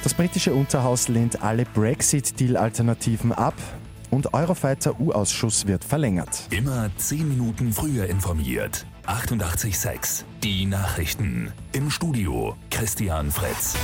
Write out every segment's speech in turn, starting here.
Das britische Unterhaus lehnt alle Brexit-Deal-Alternativen ab und Eurofighter-U-Ausschuss wird verlängert. Immer 10 Minuten früher informiert. 88,6. Die Nachrichten. Im Studio Christian Fritz.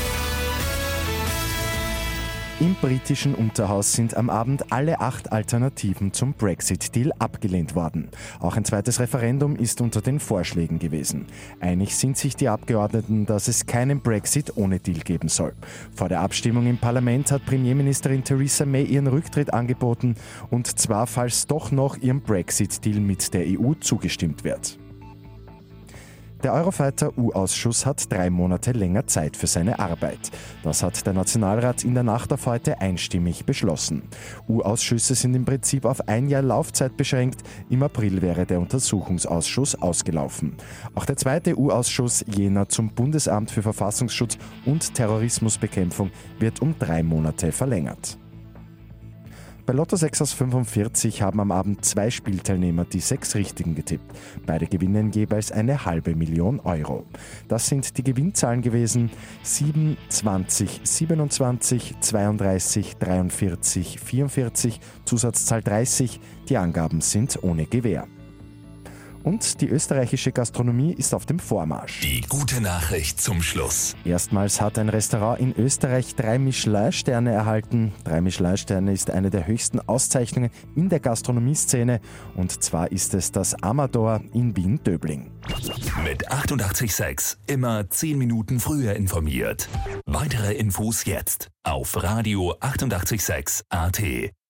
Im britischen Unterhaus sind am Abend alle 8 Alternativen zum Brexit-Deal abgelehnt worden. Auch ein zweites Referendum ist unter den Vorschlägen gewesen. Einig sind sich die Abgeordneten, dass es keinen Brexit ohne Deal geben soll. Vor der Abstimmung im Parlament hat Premierministerin Theresa May ihren Rücktritt angeboten, und zwar falls doch noch ihrem Brexit-Deal mit der EU zugestimmt wird. Der Eurofighter-U-Ausschuss hat 3 Monate länger Zeit für seine Arbeit. Das hat der Nationalrat in der Nacht auf heute einstimmig beschlossen. U-Ausschüsse sind im Prinzip auf 1 Jahr Laufzeit beschränkt. Im April wäre der Untersuchungsausschuss ausgelaufen. Auch der zweite U-Ausschuss, jener zum Bundesamt für Verfassungsschutz und Terrorismusbekämpfung, wird um 3 Monate verlängert. Bei Lotto 6 aus 45 haben am Abend 2 Spielteilnehmer die 6 Richtigen getippt. Beide gewinnen jeweils eine $500.000 Euro. Das sind die Gewinnzahlen gewesen: 7, 20, 27, 32, 43, 44, Zusatzzahl 30. Die Angaben sind ohne Gewähr. Und die österreichische Gastronomie ist auf dem Vormarsch. Die gute Nachricht zum Schluss. Erstmals hat ein Restaurant in Österreich 3 Michelin-Sterne erhalten. 3 Michelin-Sterne ist eine der höchsten Auszeichnungen in der Gastronomieszene. Und zwar ist es das Amador in Wien-Döbling. Mit 88,6 immer 10 Minuten früher informiert. Weitere Infos jetzt auf Radio 88,6 AT.